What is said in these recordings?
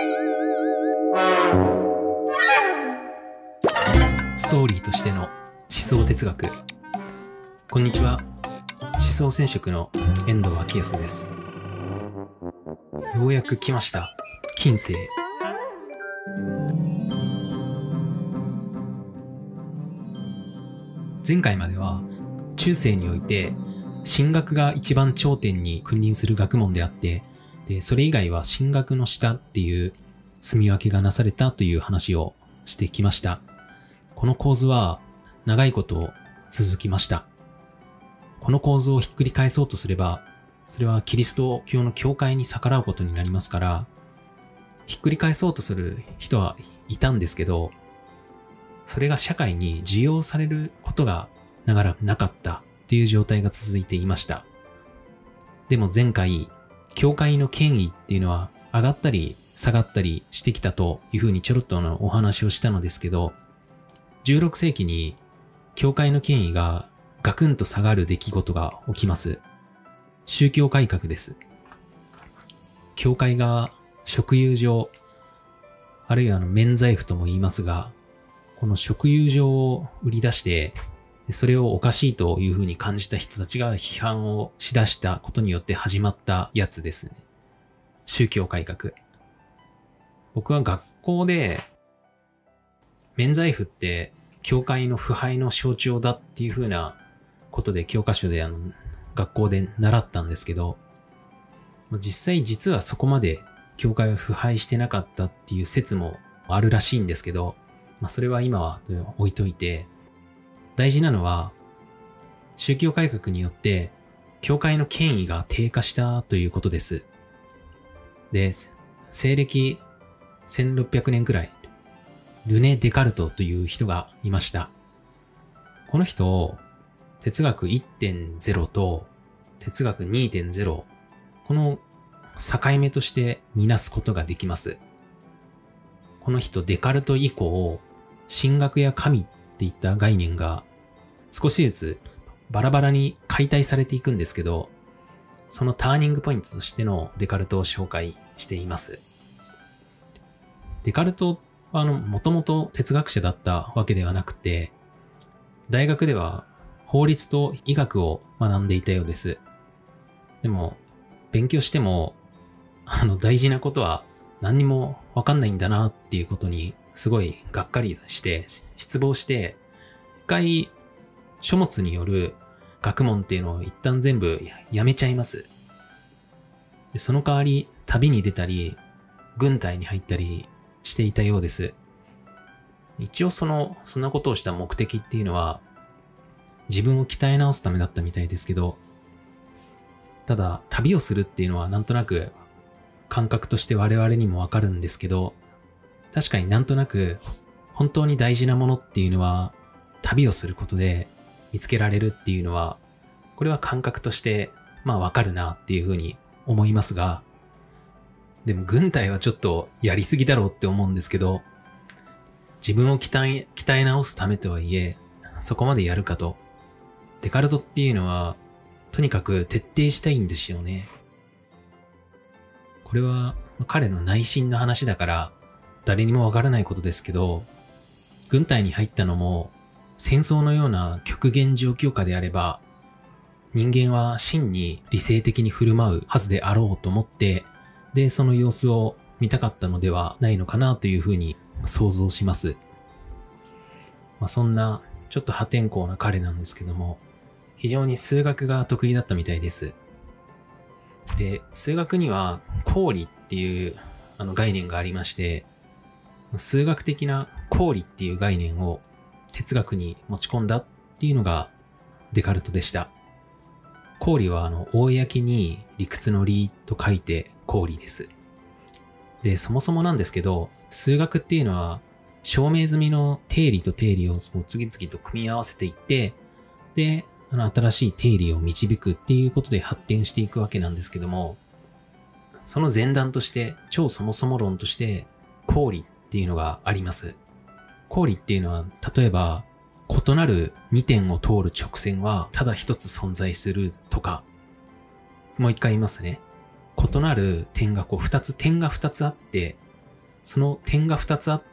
ストーリーとしての思想哲学。こんにちは。思想染色の遠藤昭康です。ようやく来ました。近世。前回までは中世において神学が一番頂点に君臨する学問であって、でそれ以外は神学の下っていう住み分けがなされたという話をしてきました。この構図は長いこと続きました。この構図をひっくり返そうとすれば、それはキリスト教の教会に逆らうことになりますから、ひっくり返そうとする人はいたんですけど、それが社会に受容されることが長らくなかったという状態が続いていました。でも前回、教会の権威っていうのは上がったり下がったりしてきたというふうにちょろっとお話をしたのですけど、16世紀に教会の権威がガクンと下がる出来事が起きます。宗教改革です。教会が職有上、あるいは免罪符とも言いますが、この職有上を売り出して、それをおかしいというふうに感じた人たちが批判をしだしたことによって始まったやつですね。宗教改革。僕は学校で、免罪符って教会の腐敗の象徴だっていうふうなことで教科書で学校で習ったんですけど、実はそこまで教会は腐敗してなかったっていう説もあるらしいんですけど、それは今は置いといて、大事なのは宗教改革によって教会の権威が低下したということです。で、西暦1600年くらい、ルネ・デカルトという人がいました。この人を哲学 1.0 と哲学 2.0、この境目として見なすことができます。この人デカルト以降、神学や神っていった概念が少しずつバラバラに解体されていくんですけど、そのターニングポイントとしてのデカルトを紹介しています。デカルトはもともと哲学者だったわけではなくて、大学では法律と医学を学んでいたようです。でも、勉強しても、大事なことは何にもわかんないんだなっていうことにすごいがっかりして、失望して、一回書物による学問っていうのを一旦全部やめちゃいます。でその代わり旅に出たり、軍隊に入ったりしていたようです。一応そんなことをした目的っていうのは、自分を鍛え直すためだったみたいですけど、ただ旅をするっていうのはなんとなく感覚として我々にもわかるんですけど、確かになんとなく本当に大事なものっていうのは旅をすることで見つけられるっていうのは、これは感覚としてわかるなっていうふうに思いますが、でも軍隊はちょっとやりすぎだろうって思うんですけど、自分を鍛え直すためとはいえ、そこまでやるかと。デカルトっていうのはとにかく徹底したいんですよね。これは彼の内心の話だから誰にもわからないことですけど、軍隊に入ったのも戦争のような極限状況下であれば、人間は真に理性的に振る舞うはずであろうと思って、で、その様子を見たかったのではないのかなというふうに想像します。そんなちょっと破天荒な彼なんですけども、非常に数学が得意だったみたいです。で、数学には公理っていう概念がありまして、数学的な公理っていう概念を哲学に持ち込んだっていうのがデカルトでした。公理は公に理屈の理と書いて公理です。で、そもそもなんですけど、数学っていうのは証明済みの定理と定理を次々と組み合わせていって、で、新しい定理を導くっていうことで発展していくわけなんですけども、その前段として、超そもそも論として、公理っていうのがあります。公理っていうのは、例えば、異なる2点を通る直線はただ一つ存在するとか、もう一回言いますね。異なる点が点が2つあって、 その点が2つあって、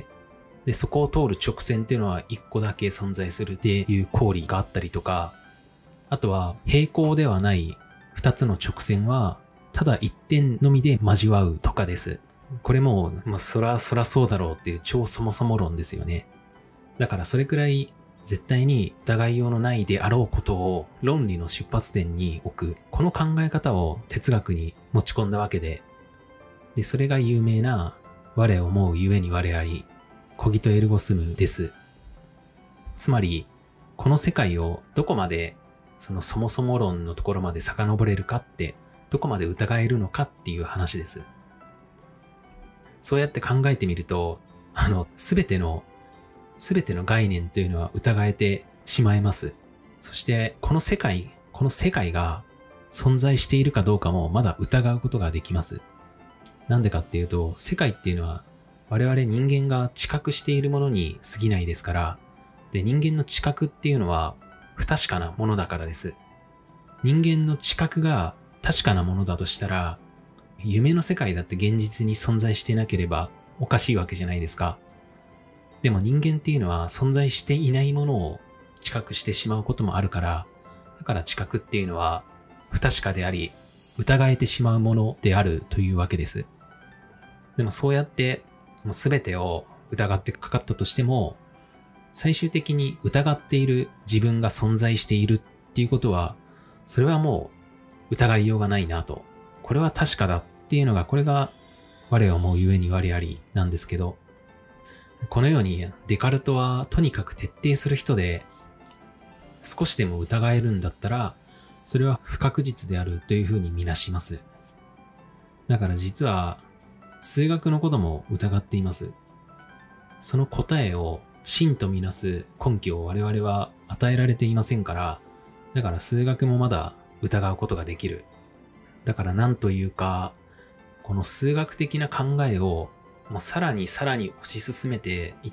で、そこを通る直線っていうのは1個だけ存在するっていう公理があったりとか、あとは平行ではない2つの直線はただ1点のみで交わうとかです。これも、そらそうだろうっていう超そもそも論ですよね。だからそれくらい絶対に疑いようのないであろうことを論理の出発点に置く、この考え方を哲学に持ち込んだわけで、それが有名な我思うゆえに我あり、コギトエルゴスムです。つまり、この世界をどこまでそもそも論のところまで遡れるかって、どこまで疑えるのかっていう話です。そうやって考えてみると、すべての概念というのは疑えてしまいます。そして、この世界が存在しているかどうかもまだ疑うことができます。なんでかっていうと、世界っていうのは我々人間が知覚しているものに過ぎないですから、で、人間の知覚っていうのは不確かなものだからです。人間の知覚が確かなものだとしたら、夢の世界だって現実に存在していなければおかしいわけじゃないですか。でも人間っていうのは存在していないものを知覚してしまうこともあるから、だから知覚っていうのは不確かであり、疑えてしまうものであるというわけです。でもそうやってもう全てを疑ってかかったとしても、最終的に疑っている自分が存在しているっていうことは、それはもう疑いようがないなと。これは確かだっていうのが、これが我思うゆえに我ありなんですけど、このようにデカルトはとにかく徹底する人で、少しでも疑えるんだったら、それは不確実であるというふうに見なします。だから実は、数学のことも疑っています。その答えを真とみなす根拠を我々は与えられていませんから、だから数学もまだ疑うことができる。だからなんというか、この数学的な考えをもうさらに推し進めていって、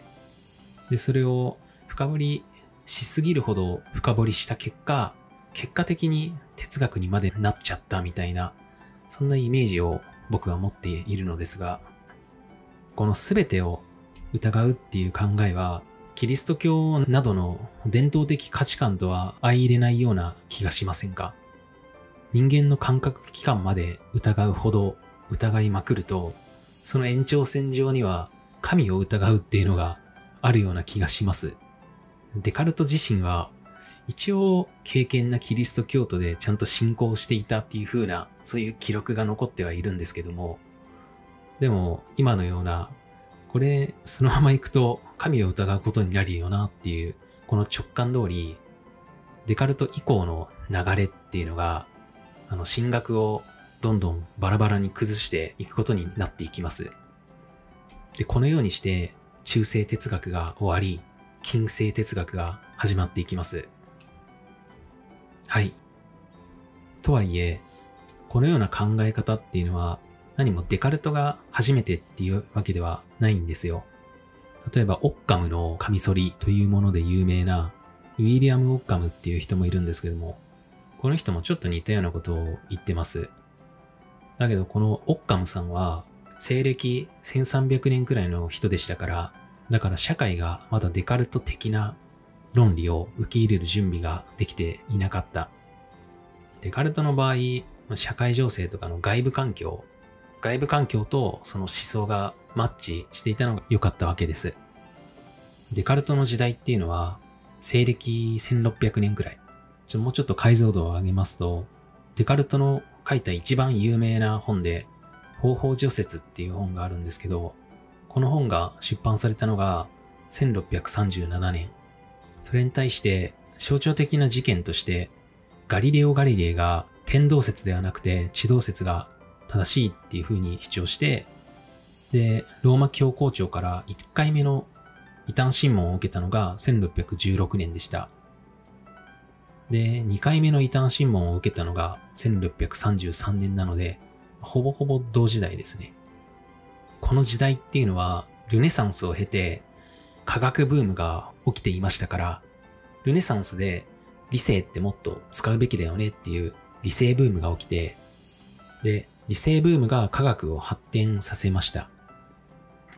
で、それを深掘りしすぎるほど深掘りした結果的に哲学にまでなっちゃったみたいな、そんなイメージを僕は持っているのですが、この全てを疑うっていう考えは、キリスト教などの伝統的価値観とは相入れないような気がしませんか？人間の感覚器官まで疑うほど疑いまくると、その延長線上には神を疑うっていうのがあるような気がします。デカルト自身は一応敬虔なキリスト教徒でちゃんと信仰していたっていう風な、そういう記録が残ってはいるんですけども、でも今のような、これそのまま行くと神を疑うことになるよなっていう、この直感通り、デカルト以降の流れっていうのが、神学をどんどんバラバラに崩していくことになっていきます。で、このようにして中世哲学が終わり、近世哲学が始まっていきます。はい。とはいえ、このような考え方っていうのは何もデカルトが初めてっていうわけではないんですよ。例えば、オッカムのカミソリというもので有名なウィリアム・オッカムっていう人もいるんですけども、この人もちょっと似たようなことを言ってます。だけど、このオッカムさんは西暦1300年くらいの人でしたから、だから社会がまだデカルト的な論理を受け入れる準備ができていなかった。デカルトの場合、社会情勢とかの外部環境とその思想がマッチしていたのが良かったわけです。デカルトの時代っていうのは西暦1600年くらい。もうちょっと解像度を上げますと、デカルトの書いた一番有名な本で、方法除説っていう本があるんですけど、この本が出版されたのが1637年。それに対して象徴的な事件として、ガリレオ・ガリレイが天動説ではなくて地動説が正しいっていう風に主張して、で、ローマ教皇庁から1回目の異端審問を受けたのが1616年でした。で、2回目の異端審問を受けたのが1633年なので、ほぼほぼ同時代ですね。この時代っていうのは、ルネサンスを経て科学ブームが起きていましたから、ルネサンスで理性ってもっと使うべきだよねっていう理性ブームが起きて、で、理性ブームが科学を発展させました。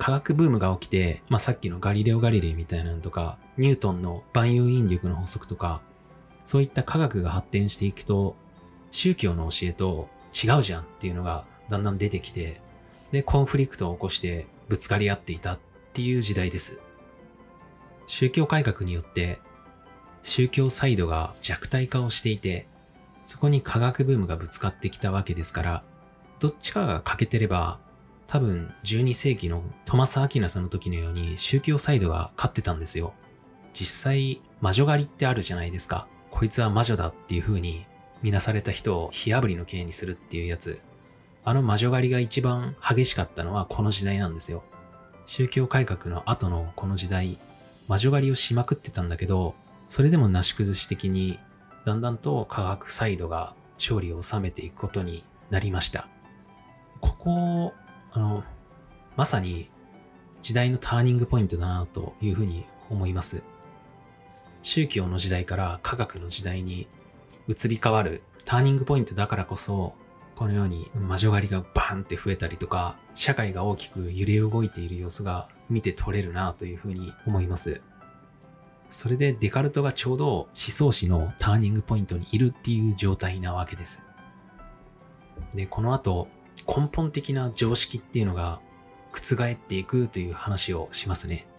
科学ブームが起きて、さっきのガリレオ・ガリレイみたいなのとか、ニュートンの万有引力の法則とか、そういった科学が発展していくと、宗教の教えと違うじゃんっていうのがだんだん出てきて、で、コンフリクトを起こしてぶつかり合っていたっていう時代です。宗教改革によって、宗教サイドが弱体化をしていて、そこに科学ブームがぶつかってきたわけですから、どっちかが欠けてれば、多分12世紀のトマス・アキナスの時のように宗教サイドが勝ってたんですよ。実際、魔女狩りってあるじゃないですか。こいつは魔女だっていう風に見なされた人を火炙りの刑にするっていうやつ。あの魔女狩りが一番激しかったのはこの時代なんですよ。宗教改革の後のこの時代、魔女狩りをしまくってたんだけど、それでもなし崩し的にだんだんと科学サイドが勝利を収めていくことになりました。ここ、まさに時代のターニングポイントだなというふうに思います。宗教の時代から科学の時代に移り変わるターニングポイントだからこそ、このように魔女狩りがバーンって増えたりとか、社会が大きく揺れ動いている様子が見て取れるなというふうに思います。それでデカルトがちょうど思想史のターニングポイントにいるっていう状態なわけです。で、この後、根本的な常識っていうのが覆っていくという話をしますね。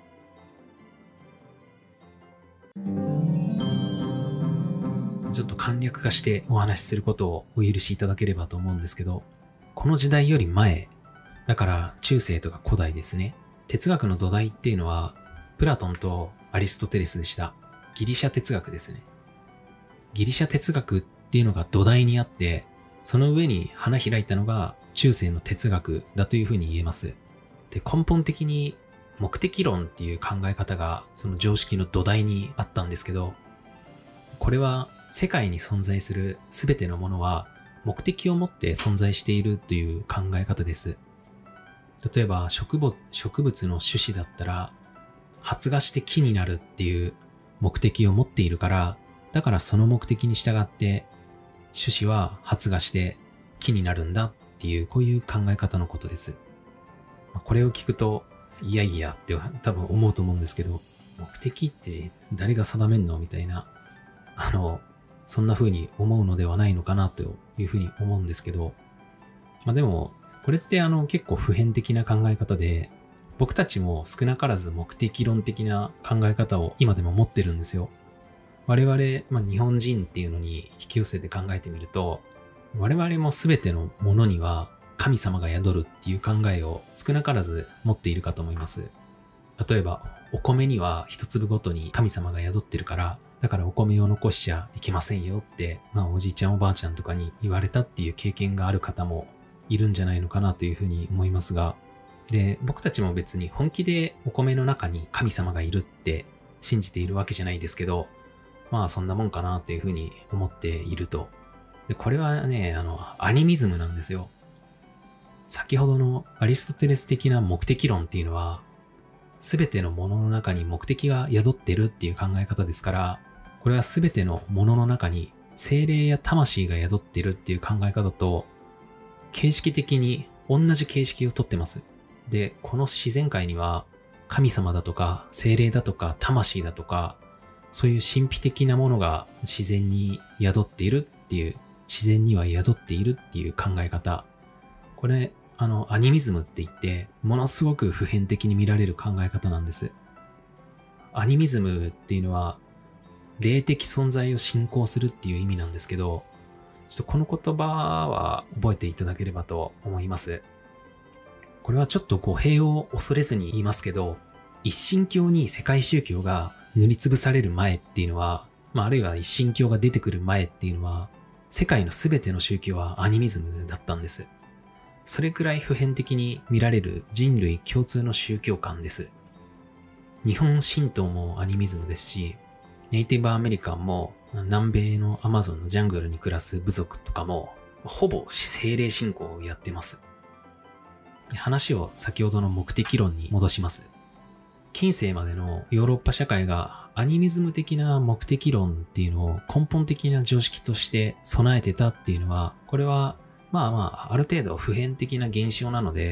ちょっと簡略化してお話しすることをお許しいただければと思うんですけど、この時代より前、だから中世とか古代ですね。哲学の土台っていうのは、プラトンとアリストテレスでした。ギリシャ哲学ですね。ギリシャ哲学っていうのが土台にあって、その上に花開いたのが中世の哲学だというふうに言えます。で、根本的に目的論っていう考え方がその常識の土台にあったんですけど、これは世界に存在するすべてのものは目的を持って存在しているという考え方です。例えば植物の種子だったら発芽して木になるっていう目的を持っているから、だからその目的に従って種子は発芽して木になるんだっていう、こういう考え方のことです。これを聞くと、いやいやって多分思うと思うんですけど、目的って誰が定めんのみたいな、そんな風に思うのではないのかなという風に思うんですけど、でも、これって結構普遍的な考え方で、僕たちも少なからず目的論的な考え方を今でも持ってるんですよ。我々、日本人っていうのに引き寄せて考えてみると、我々も全てのものには神様が宿るっていう考えを少なからず持っているかと思います。例えば、お米には一粒ごとに神様が宿ってるから、だからお米を残しちゃいけませんよって、おじいちゃんおばあちゃんとかに言われたっていう経験がある方もいるんじゃないのかなというふうに思いますが、で、僕たちも別に本気でお米の中に神様がいるって信じているわけじゃないですけど、そんなもんかなというふうに思っていると。で、これはね、アニミズムなんですよ。先ほどのアリストテレス的な目的論っていうのは、すべてのものの中に目的が宿ってるっていう考え方ですから、これはすべてのものの中に精霊や魂が宿ってるっていう考え方と、形式的に同じ形式をとってます。で、この自然界には神様だとか精霊だとか魂だとか、そういう神秘的なものが自然に宿っているっていう、自然には宿っているっていう考え方。これ、アニミズムって言って、ものすごく普遍的に見られる考え方なんです。アニミズムっていうのは、霊的存在を信仰するっていう意味なんですけど、ちょっとこの言葉は覚えていただければと思います。これはちょっと語弊を恐れずに言いますけど、一神教に世界宗教が塗りつぶされる前っていうのは、あるいは一神教が出てくる前っていうのは、世界のすべての宗教はアニミズムだったんです。それくらい普遍的に見られる人類共通の宗教観です。日本神道もアニミズムですし、ネイティブアメリカンも南米のアマゾンのジャングルに暮らす部族とかも、ほぼ精霊信仰をやってます。話を先ほどの目的論に戻します。近世までのヨーロッパ社会がアニミズム的な目的論っていうのを根本的な常識として備えてたっていうのは、これはある程度普遍的な現象なので、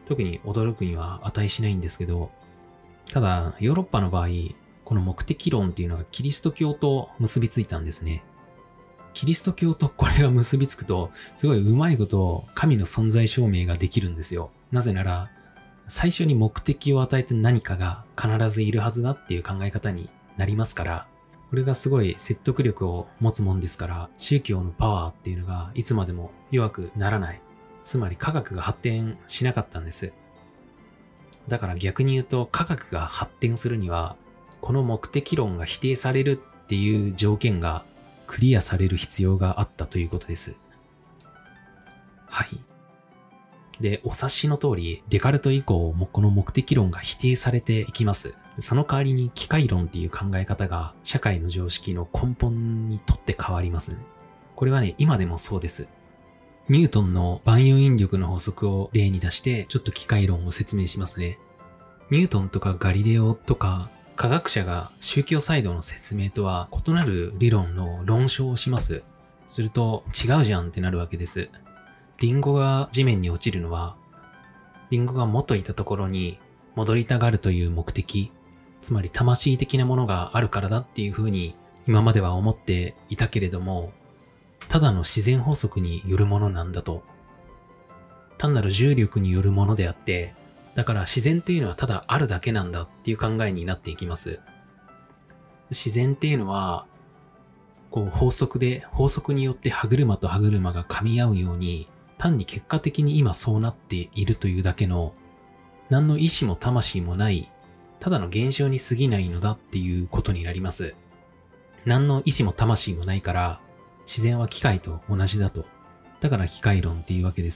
特に驚くには値しないんですけど、ただ、ヨーロッパの場合、この目的論っていうのがキリスト教と結びついたんですね。キリスト教とこれが結びつくと、すごいうまいこと神の存在証明ができるんですよ。なぜなら、最初に目的を与えて何かが必ずいるはずだっていう考え方になりますから、これがすごい説得力を持つもんですから、宗教のパワーっていうのがいつまでも弱くならない。つまり科学が発展しなかったんです。だから逆に言うと科学が発展するには、この目的論が否定されるっていう条件がクリアされる必要があったということです。はい。で、お察しの通り、デカルト以降もこの目的論が否定されていきます。その代わりに機械論っていう考え方が社会の常識の根本にとって変わります。これはね、今でもそうです。ニュートンの万有引力の法則を例に出してちょっと機械論を説明しますね。ニュートンとかガリレオとか科学者が宗教サイドの説明とは異なる理論の論証をします。すると違うじゃんってなるわけです。リンゴが地面に落ちるのは、リンゴが元いたところに戻りたがるという目的、つまり魂的なものがあるからだっていうふうに今までは思っていたけれども、ただの自然法則によるものなんだと。単なる重力によるものであって、だから自然というのはただあるだけなんだっていう考えになっていきます。自然っていうのは、法則によって歯車と歯車が噛み合うように、単に結果的に今そうなっているというだけの、何の意志も魂もない、ただの現象に過ぎないのだっていうことになります。何の意志も魂もないから、自然は機械と同じだと。だから機械論っていうわけです。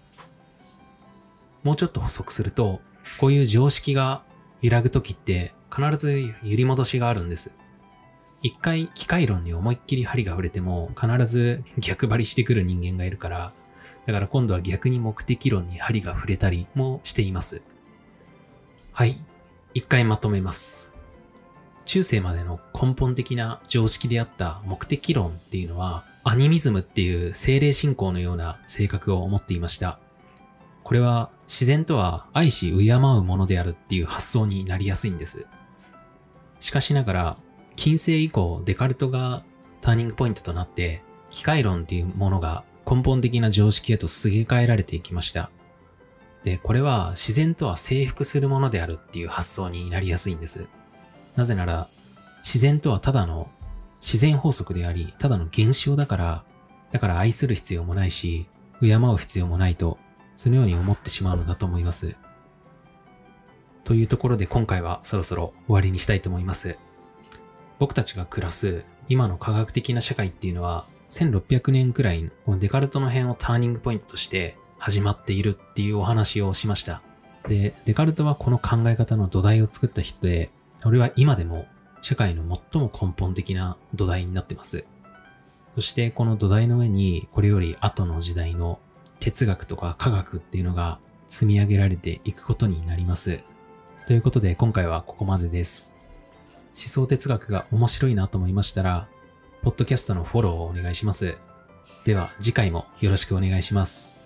もうちょっと補足すると、こういう常識が揺らぐときって必ず揺り戻しがあるんです。一回機械論に思いっきり針が触れても必ず逆張りしてくる人間がいるから、だから今度は逆に目的論に針が触れたりもしています。はい。一回まとめます。中世までの根本的な常識であった目的論っていうのは、アニミズムっていう精霊信仰のような性格を持っていました。これは自然とは愛し敬うものであるっていう発想になりやすいんです。しかしながら、近世以降デカルトがターニングポイントとなって、機械論っていうものが根本的な常識へとすげ替えられていきました。で、これは自然とは征服するものであるっていう発想になりやすいんです。なぜなら、自然とはただの自然法則であり、ただの現象だから愛する必要もないし、敬う必要もないと、そのように思ってしまうのだと思います。というところで今回はそろそろ終わりにしたいと思います。僕たちが暮らす今の科学的な社会っていうのは、1600年くらいのデカルトの辺をターニングポイントとして始まっているっていうお話をしました。で、デカルトはこの考え方の土台を作った人で、俺は今でも社会の最も根本的な土台になってます。そしてこの土台の上にこれより後の時代の哲学とか科学っていうのが積み上げられていくことになります。ということで今回はここまでです。思想哲学が面白いなと思いましたら、ポッドキャストのフォローをお願いします。では次回もよろしくお願いします。